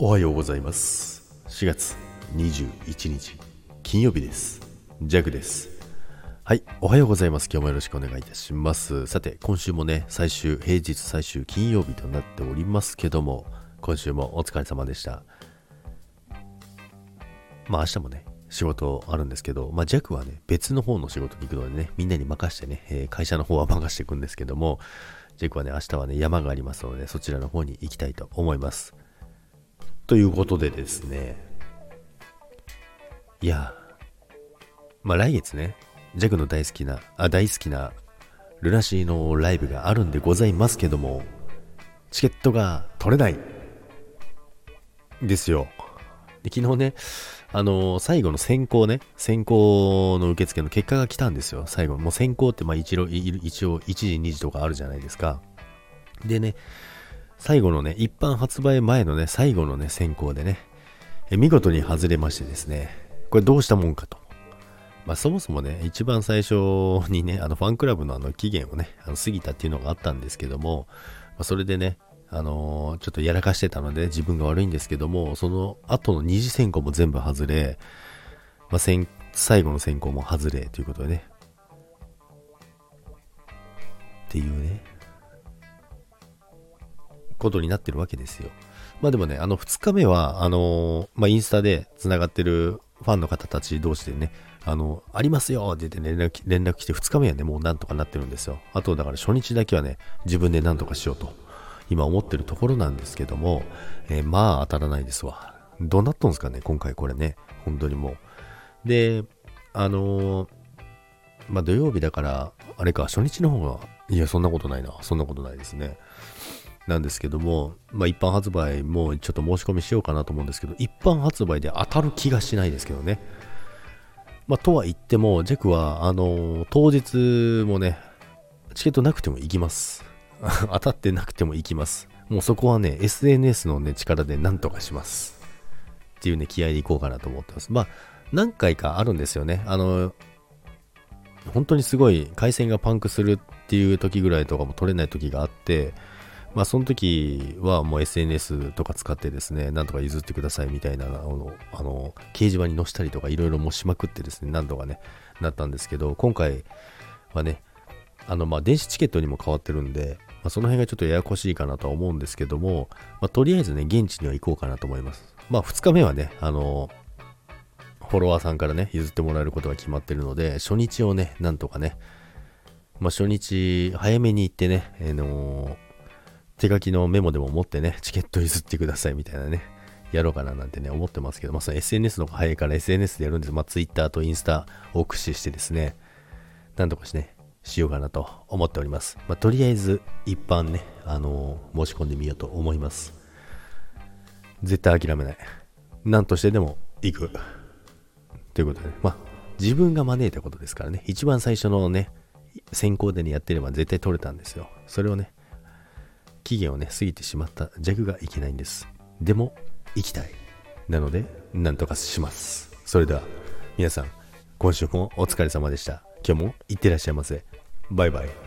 おはようございます。4月21日金曜日です。ジャグです。はい、おはようございます。今日もよろしくお願いいたします。さて、今週もね、平日最終金曜日となっておりますけども、今週もお疲れ様でした。明日もね、仕事あるんですけど、ジャグはね、別の方の仕事に行くのでね、みんなに任してね、会社の方は任していくんですけども、ジャグはね、明日はね、山がありますので、そちらの方に行きたいと思います。ということでですね、来月ね、ジャグの大好きなルナシーのライブがあるんでございますけども、チケットが取れないですよ。で、昨日ね、最後の選考の受付の結果が来たんですよ。最後、もう選考って一応1時2時とかあるじゃないですか。でね、最後のね、一般発売前のね、最後のね、選考でね、見事に外れましてですね、これどうしたもんかと。そもそもね、一番最初にね、ファンクラブの期限をね、過ぎたっていうのがあったんですけども、それでね、ちょっとやらかしてたので、自分が悪いんですけども、その後の二次選考も全部外れ、最後の選考も外れということでね。っていうね、ことになってるわけですよ。でもね、2日目は、インスタで繋がってるファンの方たち同士でね、ありますよって言って連絡来て、2日目はね、もうなんとかなってるんですよ。あと、だから初日だけはね、自分でなんとかしようと、今思ってるところなんですけども、当たらないですわ。どうなったんですかね、今回これね、本当にもう。で、土曜日だから、あれか、初日の方が、そんなことないですね。なんですけども、一般発売もちょっと申し込みしようかなと思うんですけど、一般発売で当たる気がしないですけどね。とは言っても、ジェクは、当日もね、チケットなくても行きます。当たってなくても行きます。もうそこはね、SNS のね、力でなんとかします。っていうね、気合で行こうかなと思ってます。何回かあるんですよね。本当にすごい回線がパンクするっていう時ぐらいとかも取れない時があって、その時はもう SNS とか使ってですね、なんとか譲ってくださいみたいな掲示板に載せたりとかいろいろもしまくってですね、なんとかね、なったんですけど、今回はね、電子チケットにも変わってるんで、その辺がちょっとややこしいかなとは思うんですけども、とりあえずね、現地には行こうかなと思います。2日目はね、フォロワーさんからね、譲ってもらえることが決まってるので、初日をね、なんとかね、初日早めに行ってね、手書きのメモでも持ってね、チケット譲ってくださいみたいなね、やろうかななんてね、思ってますけど、その SNS の方が早いから SNS でやるんです。Twitter とインスタを駆使してですね、なんとかしようかなと思っております。とりあえず、一般ね、申し込んでみようと思います。絶対諦めない。何としてでも行く。ということで、自分が招いたことですからね、一番最初のね、選考でね、やってれば絶対取れたんですよ。それをね、期限をね、過ぎてしまったジャグがいけないんです。でも、行きたい。なので、なんとかします。それでは、皆さん、今週もお疲れ様でした。今日もいってらっしゃいませ。バイバイ。